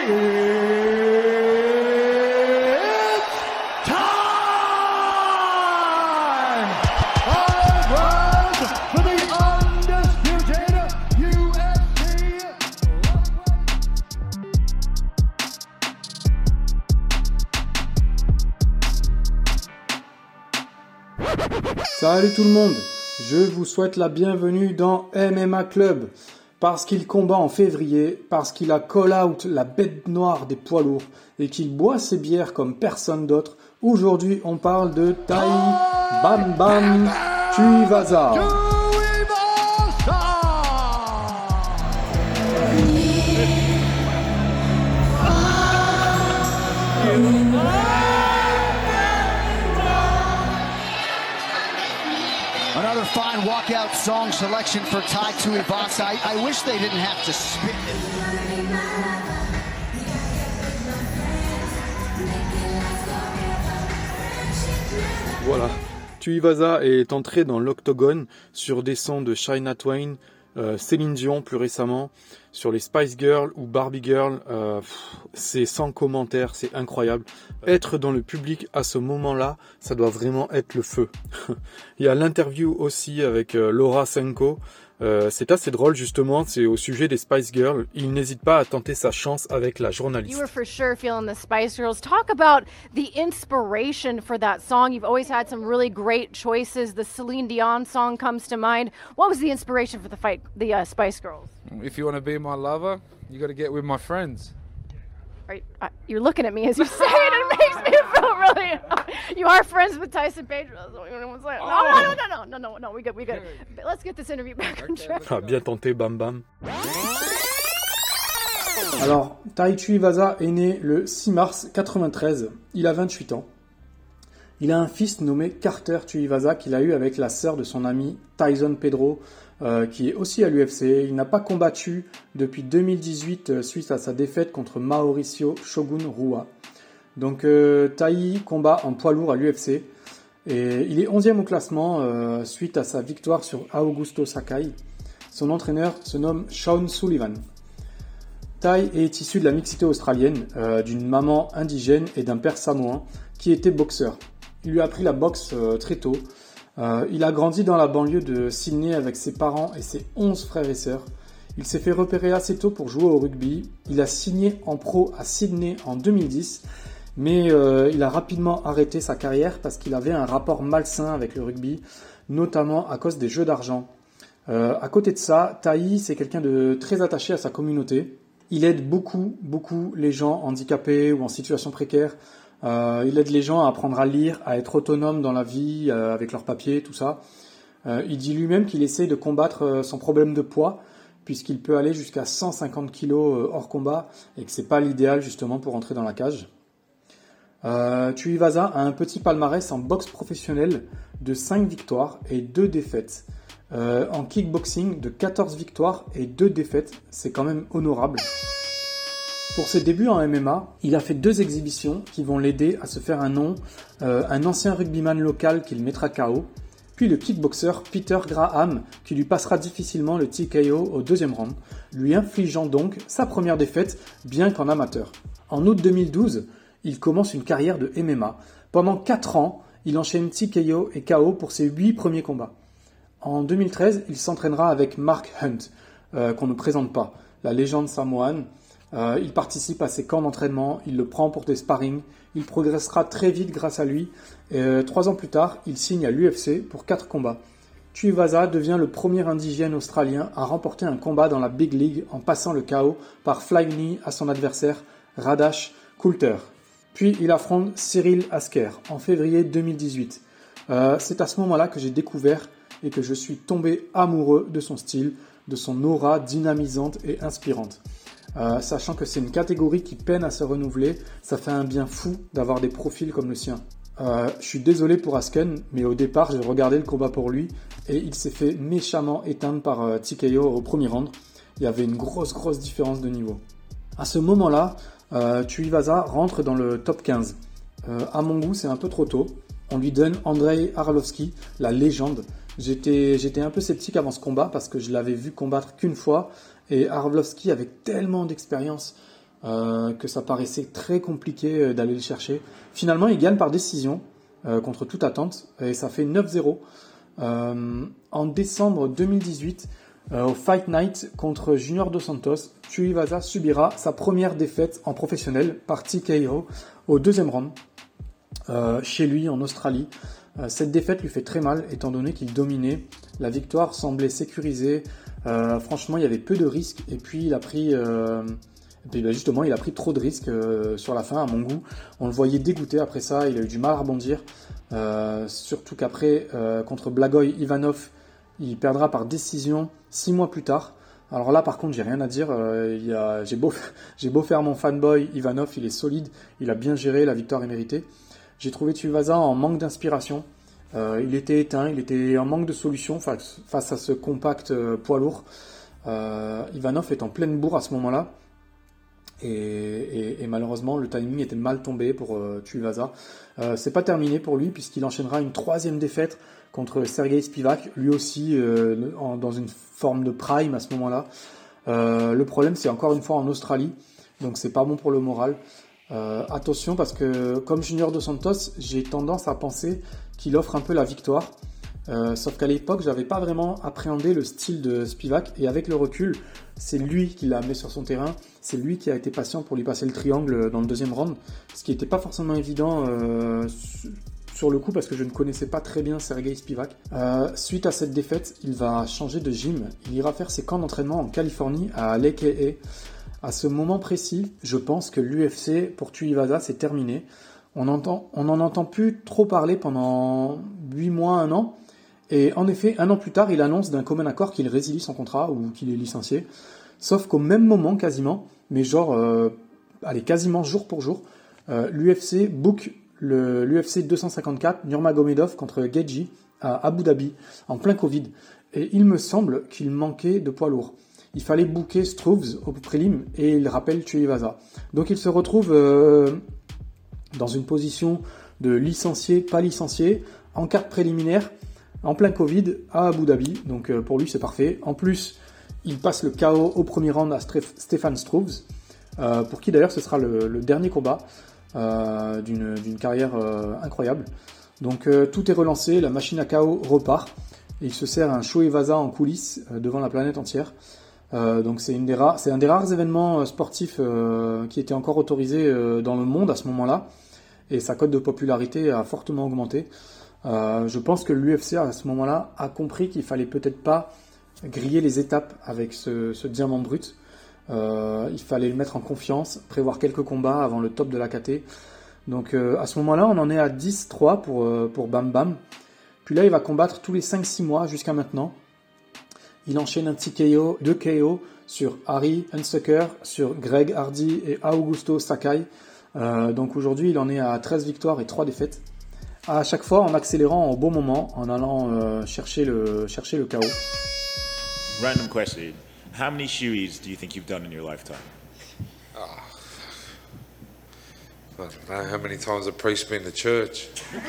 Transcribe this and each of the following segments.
Salut tout le monde, je vous souhaite la bienvenue dans MMA Club. Parce qu'il combat en février, parce qu'il a call-out la bête noire des poids lourds et qu'il boit ses bières comme personne d'autre, aujourd'hui on parle de Tai Bam Bam Tuivasa. Another fine walkout song selection for Tai Tuivasa. I wish they didn't have to spit it. Voilà, Tuivasa est entré dans l'octogone sur des sons de Shania Twain, Céline Dion plus récemment, sur les Spice Girls ou Barbie Girl, c'est sans commentaire, c'est incroyable. Être dans le public à ce moment-là, ça doit vraiment être le feu. Il y a l'interview aussi avec Laura Senko. C'est assez drôle justement, c'est au sujet des Spice Girls. Il n'hésite pas à tenter sa chance avec la journaliste. You were for sure feeling the Spice Girls. Talk about the inspiration for that song. You've always had some really great choices. The Celine Dion song comes to mind. What was the inspiration for the Spice Girls? If you want to be my lover, you got to get with my friends. You're looking at me as you say it. It makes me feel really. You are friends with Tyson Pedro. No, we good. Let's get this interview back on track. Ah, bien tenté, Bam Bam. Alors, Tai Tuivasa est né le 6 mars 93. Il a 28 ans. Il a un fils nommé Carter Tuivasa qu'il a eu avec la sœur de son ami Tyson Pedro, qui est aussi à l'UFC. Il n'a pas combattu depuis 2018 suite à sa défaite contre Mauricio Shogun Rua. Donc Tai combat en poids lourd à l'UFC et il est 11e au classement suite à sa victoire sur Augusto Sakai. Son entraîneur se nomme Sean Sullivan. Tai est issu de la mixité australienne, d'une maman indigène et d'un père samoan qui était boxeur. Il lui a appris la boxe très tôt. Il a grandi dans la banlieue de Sydney avec ses parents et ses 11 frères et sœurs. Il s'est fait repérer assez tôt pour jouer au rugby. Il a signé en pro à Sydney en 2010, mais il a rapidement arrêté sa carrière parce qu'il avait un rapport malsain avec le rugby, notamment à cause des jeux d'argent. À côté de ça, Tai, c'est quelqu'un de très attaché à sa communauté. Il aide beaucoup les gens handicapés ou en situation précaire. Il aide les gens à apprendre à lire, à être autonomes dans la vie, avec leurs papiers, tout ça. Il dit lui-même qu'il essaie de combattre son problème de poids, puisqu'il peut aller jusqu'à 150 kg hors combat, et que c'est pas l'idéal justement pour entrer dans la cage. Tuivasa a un petit palmarès en boxe professionnelle de 5 victoires et 2 défaites. En kickboxing de 14 victoires et 2 défaites, c'est quand même honorable. Pour ses débuts en MMA, il a fait 2 exhibitions qui vont l'aider à se faire un nom, un ancien rugbyman local qu'il mettra KO, puis le kickboxer Peter Graham qui lui passera difficilement le TKO au 2e round, lui infligeant donc sa première défaite bien qu'en amateur. En août 2012, il commence une carrière de MMA. Pendant 4 ans, il enchaîne TKO et KO pour ses 8 premiers combats. En 2013, il s'entraînera avec Mark Hunt, qu'on ne présente pas, la légende samoane. Il participe à ses camps d'entraînement, il le prend pour des sparring, il progressera très vite grâce à lui. 3 ans plus tard, il signe à l'UFC pour 4 combats. Tuivasa devient le premier indigène australien à remporter un combat dans la Big League en passant le KO par flying knee à son adversaire Radash Coulter. Puis il affronte Cyril Asker en février 2018. C'est à ce moment-là que j'ai découvert et que je suis tombé amoureux de son style, de son aura dynamisante et inspirante. Sachant que c'est une catégorie qui peine à se renouveler, ça fait un bien fou d'avoir des profils comme le sien. Je suis désolé pour Asken, mais au départ j'ai regardé le combat pour lui et il s'est fait méchamment éteindre par TKO au premier round. Il y avait une grosse différence de niveau. À ce moment-là, Tuivasa rentre dans le top 15. À mon goût, c'est un peu trop tôt. On lui donne Andrei Arlovski, la légende. J'étais un peu sceptique avant ce combat parce que je l'avais vu combattre qu'une fois et Arlovski avait tellement d'expérience. que ça paraissait très compliqué d'aller le chercher. Finalement, il gagne par décision contre toute attente et ça fait 9-0. En décembre 2018, au Fight Night contre Junior Dos Santos, Tuivasa subira sa première défaite en professionnel par TKO au deuxième round chez lui en Australie. Cette défaite lui fait très mal étant donné qu'il dominait. La victoire semblait sécurisée. Franchement, il y avait peu de risques et puis il a pris trop de risques sur la fin à mon goût. On le voyait dégoûté après ça, il a eu du mal à rebondir. Surtout qu'après, contre Blagoy Ivanov, il perdra par décision 6 mois plus tard. Alors là, par contre, j'ai rien à dire. J'ai beau faire mon fanboy, Ivanov, il est solide, il a bien géré, la victoire est méritée. J'ai trouvé Tuivasa en manque d'inspiration. Il était éteint, il était en manque de solution face à ce compact poids lourd. Ivanov est en pleine bourre à ce moment-là. Et malheureusement, le timing était mal tombé pour Tuivasa. C'est pas terminé pour lui puisqu'il enchaînera une troisième défaite contre Sergei Spivak, lui aussi dans une forme de prime à ce moment-là. Le problème, c'est encore une fois en Australie, donc c'est pas bon pour le moral. Attention parce que comme Junior Dos Santos, j'ai tendance à penser qu'il offre un peu la victoire. Sauf qu'à l'époque, j'avais pas vraiment appréhendé le style de Spivak et avec le recul, c'est lui qui l'a amené sur son terrain, c'est lui qui a été patient pour lui passer le triangle dans le deuxième round, ce qui n'était pas forcément évident sur le coup parce que je ne connaissais pas très bien Sergei Spivak. Suite à cette défaite, il va changer de gym, il ira faire ses camps d'entraînement en Californie à Lake AA. À ce moment précis, je pense que l'UFC pour Tuivasa c'est terminé. On n'en entend plus trop parler pendant 8 mois, 1 an. Et en effet, 1 an plus tard, il annonce d'un commun accord qu'il résilie son contrat ou qu'il est licencié. Sauf qu'au même moment, quasiment, mais quasiment jour pour jour, l'UFC book l'UFC 254 Nurmagomedov contre Gaethje à Abu Dhabi, en plein Covid. Et il me semble qu'il manquait de poids lourd. Il fallait booker Struves au prélim et il rappelle Tuivasa. Donc il se retrouve dans une position de licencié, pas licencié, en carte préliminaire, en plein Covid, à Abu Dhabi. Donc pour lui, c'est parfait. En plus, il passe le KO au premier round à Stefan Struves, pour qui d'ailleurs ce sera le dernier combat d'une carrière incroyable. Donc tout est relancé, la machine à KO repart. Et il se sert un Tuivasa en coulisses devant la planète entière. Donc c'est un des rares événements sportifs qui était encore autorisé dans le monde à ce moment-là. Et sa cote de popularité a fortement augmenté. Je pense que l'UFC à ce moment-là a compris qu'il fallait peut-être pas griller les étapes avec ce diamant brut. Il fallait le mettre en confiance, prévoir quelques combats avant le top de la KT. Donc à ce moment-là, on en est à 10-3 pour Bam Bam. Puis là, il va combattre tous les 5-6 mois jusqu'à maintenant. Il enchaîne un petit KO, 2 KO sur Harry Hunsucker, sur Greg Hardy et Augusto Sakai. Donc aujourd'hui, il en est à 13 victoires et 3 défaites. À chaque fois en accélérant au bon moment, en allant chercher le KO. Random question. How many shoeys do you think you've done in your lifetime? I don't know how many times a priest been to church.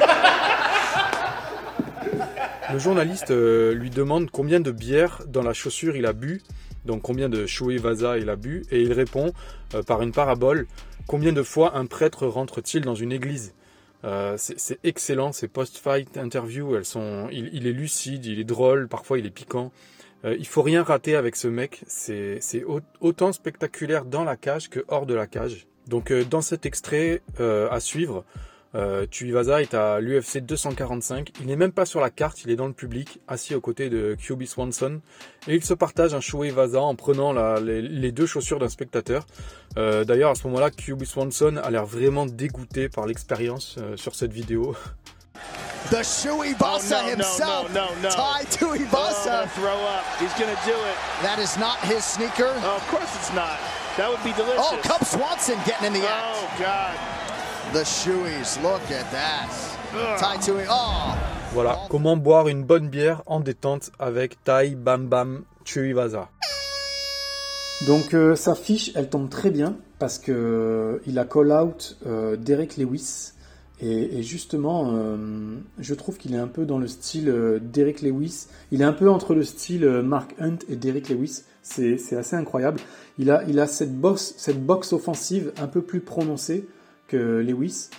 Le journaliste lui demande combien de bières dans la chaussure il a bu, donc combien de Tuivasa il a bu, et il répond par une parabole, combien de fois un prêtre rentre-t-il dans une église ? C'est excellent, ces post-fight interviews, il est lucide, il est drôle, parfois il est piquant. Il faut rien rater avec ce mec, c'est autant spectaculaire dans la cage que hors de la cage. Donc dans cet extrait à suivre, Tuivasa est à l'UFC 245, il n'est même pas sur la carte, il est dans le public, assis aux côtés de QB Swanson, et il se partage un Tuivasa en prenant les 2 chaussures d'un spectateur. D'ailleurs à ce moment-là, QB Swanson a l'air vraiment dégoûté par l'expérience sur cette vidéo. The Tuivasa himself, Tai Tuivasa. Throw up. He's gonna do it. That is not his sneaker. Oh, of course it's not. That would be delicious. Oh, Cub Swanson getting in the act. Oh God. The Shoeys, look at that. Tai Tuivasa. Oh. Voilà, comment boire une bonne bière en détente avec Tai Bam Bam Tuivasa. Donc sa fiche, elle tombe très bien parce que il a call out Derek Lewis. Et justement, je trouve qu'il est un peu dans le style Derek Lewis. Il est un peu entre le style Mark Hunt et Derek Lewis. C'est assez incroyable. Il a cette boxe offensive un peu plus prononcée que Lewis.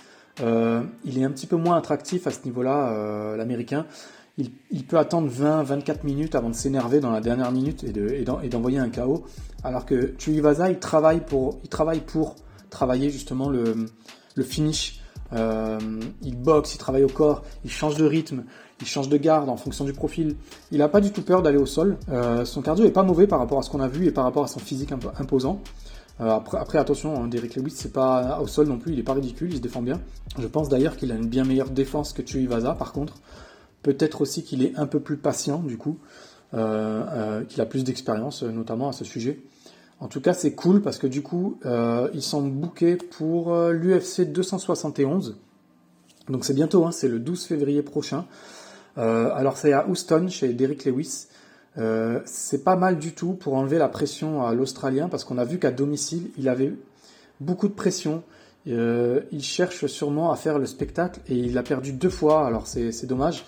Il est un petit peu moins attractif à ce niveau-là, l'Américain. Il peut attendre 20-24 minutes avant de s'énerver dans la dernière minute et d'envoyer un KO. Alors que Tuivasa, il travaille pour travailler justement le finish. Il boxe, il travaille au corps, il change de rythme, il change de garde en fonction du profil. Il n'a pas du tout peur d'aller au sol. Son cardio est pas mauvais par rapport à ce qu'on a vu et par rapport à son physique imposant. Après attention, Derrick Lewis, c'est pas au sol non plus, il est pas ridicule, il se défend bien. Je pense d'ailleurs qu'il a une bien meilleure défense que Tuivasa par contre. Peut-être aussi qu'il est un peu plus patient du coup, qu'il a plus d'expérience notamment à ce sujet. En tout cas, c'est cool parce que du coup, ils sont bookés pour l'UFC 271. Donc c'est bientôt, hein, c'est le 12 février prochain. Alors c'est à Houston chez Derrick Lewis. C'est pas mal du tout pour enlever la pression à l'Australien parce qu'on a vu qu'à domicile, il avait beaucoup de pression. Il cherche sûrement à faire le spectacle et il a perdu 2 fois, alors c'est dommage.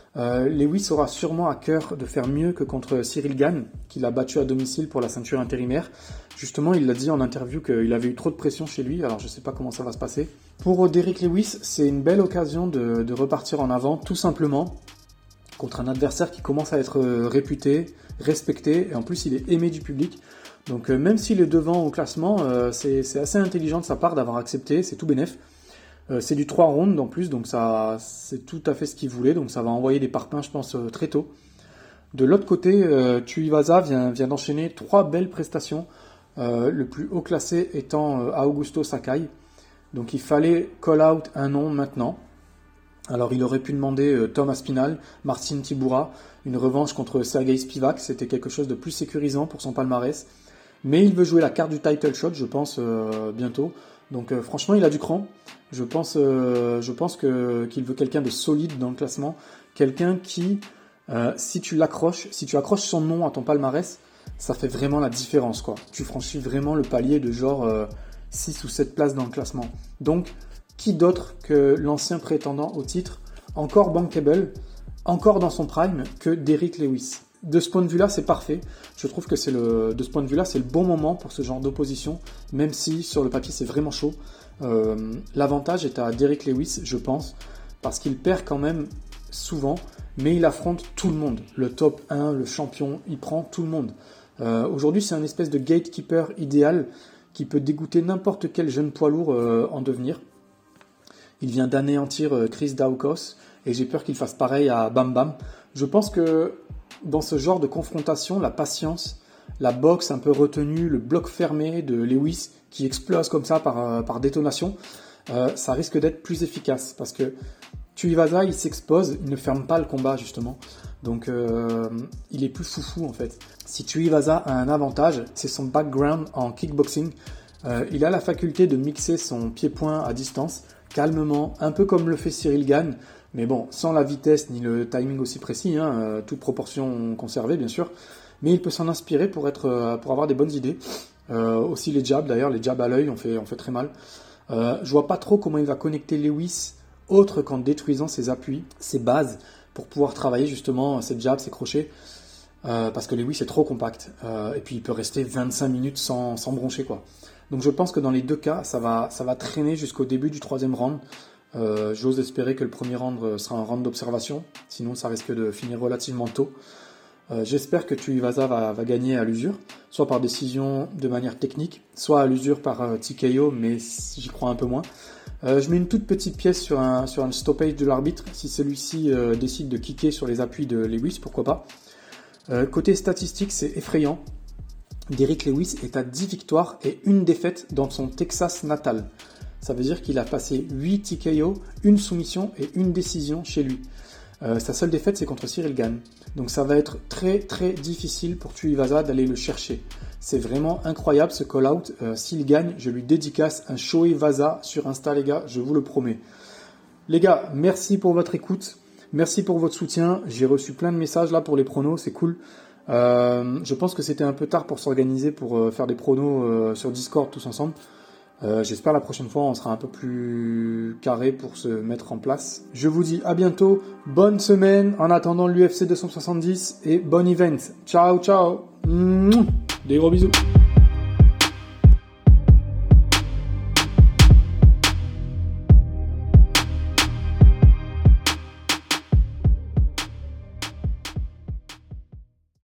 Lewis aura sûrement à cœur de faire mieux que contre Cyril Gane, qu'il a battu à domicile pour la ceinture intérimaire. Justement, il l'a dit en interview qu'il avait eu trop de pression chez lui, alors je ne sais pas comment ça va se passer. Pour Derrick Lewis, c'est une belle occasion de repartir en avant, tout simplement, contre un adversaire qui commence à être réputé, respecté, et en plus il est aimé du public. Donc même s'il est devant au classement, c'est assez intelligent de sa part d'avoir accepté, c'est tout bénef. C'est du 3 rounds en plus, donc ça, c'est tout à fait ce qu'il voulait, donc ça va envoyer des parpaings, je pense, très tôt. De l'autre côté, Tuivasa vient d'enchaîner 3 belles prestations, le plus haut classé étant Augusto Sakai. Donc il fallait call out un nom maintenant. Alors il aurait pu demander Tom Aspinall, Marcin Tybura, une revanche contre Sergei Spivak, c'était quelque chose de plus sécurisant pour son palmarès. Mais il veut jouer la carte du title shot, je pense, bientôt. Donc franchement, il a du cran. Je pense qu'il veut quelqu'un de solide dans le classement. Quelqu'un qui, si tu accroches son nom à ton palmarès, ça fait vraiment la différence, quoi. Tu franchis vraiment le palier de genre 6 ou 7 places dans le classement. Donc, qui d'autre que l'ancien prétendant au titre, encore bankable, encore dans son prime, que Derrick Lewis. De ce point de vue-là, c'est parfait. Je trouve que c'est le bon moment pour ce genre d'opposition, même si sur le papier c'est vraiment chaud. L'avantage est à Derrick Lewis, je pense, parce qu'il perd quand même souvent, mais il affronte tout le monde. Le top 1, le champion, il prend tout le monde. Aujourd'hui, c'est un espèce de gatekeeper idéal qui peut dégoûter n'importe quel jeune poids lourd en devenir. Il vient d'anéantir Chris Daukaus et j'ai peur qu'il fasse pareil à Bam Bam. Je pense que dans ce genre de confrontation, la patience, la boxe un peu retenue, le bloc fermé de Lewis qui explose comme ça par détonation, ça risque d'être plus efficace parce que Tuivasa, il s'expose, il ne ferme pas le combat justement. Donc il est plus foufou en fait. Si Tuivasa a un avantage, c'est son background en kickboxing. Il a la faculté de mixer son pied-point à distance, calmement, un peu comme le fait Cyril Gane, mais bon, sans la vitesse ni le timing aussi précis, toute proportion conservée bien sûr, mais il peut s'en inspirer pour avoir des bonnes idées. Aussi les jabs d'ailleurs, les jabs à l'œil on fait très mal. Je vois pas trop comment il va connecter Lewis autre qu'en détruisant ses appuis, ses bases, pour pouvoir travailler justement ses jabs, ses crochets, parce que Lewis est trop compact, et puis il peut rester 25 minutes sans broncher quoi. Donc je pense que dans les deux cas, ça va traîner jusqu'au début du 3e round. J'ose espérer que le premier round sera un round d'observation, sinon ça risque de finir relativement tôt. J'espère que Tuivasa va gagner à l'usure, soit par décision de manière technique, soit à l'usure par TKO, mais j'y crois un peu moins. Je mets une toute petite pièce sur un stoppage de l'arbitre, si celui-ci décide de kicker sur les appuis de Lewis, pourquoi pas. Côté statistique, c'est effrayant. Derrick Lewis est à 10 victoires et 1 défaite dans son Texas natal. Ça veut dire qu'il a passé 8 TKO, 1 soumission et 1 décision chez lui. Sa seule défaite, c'est contre Cyril Gane. Donc ça va être très très difficile pour Tuivasa d'aller le chercher. C'est vraiment incroyable ce call-out. S'il gagne, je lui dédicace un Shoei Vaza sur Insta, les gars, je vous le promets. Les gars, merci pour votre écoute. Merci pour votre soutien. J'ai reçu plein de messages là pour les pronos, c'est cool. Je pense que c'était un peu tard pour s'organiser pour faire des pronos sur Discord tous ensemble. J'espère la prochaine fois on sera un peu plus carré pour se mettre en place. Je vous dis à bientôt, bonne semaine en attendant l'UFC 270 et bon event. Ciao ciao. Des gros bisous.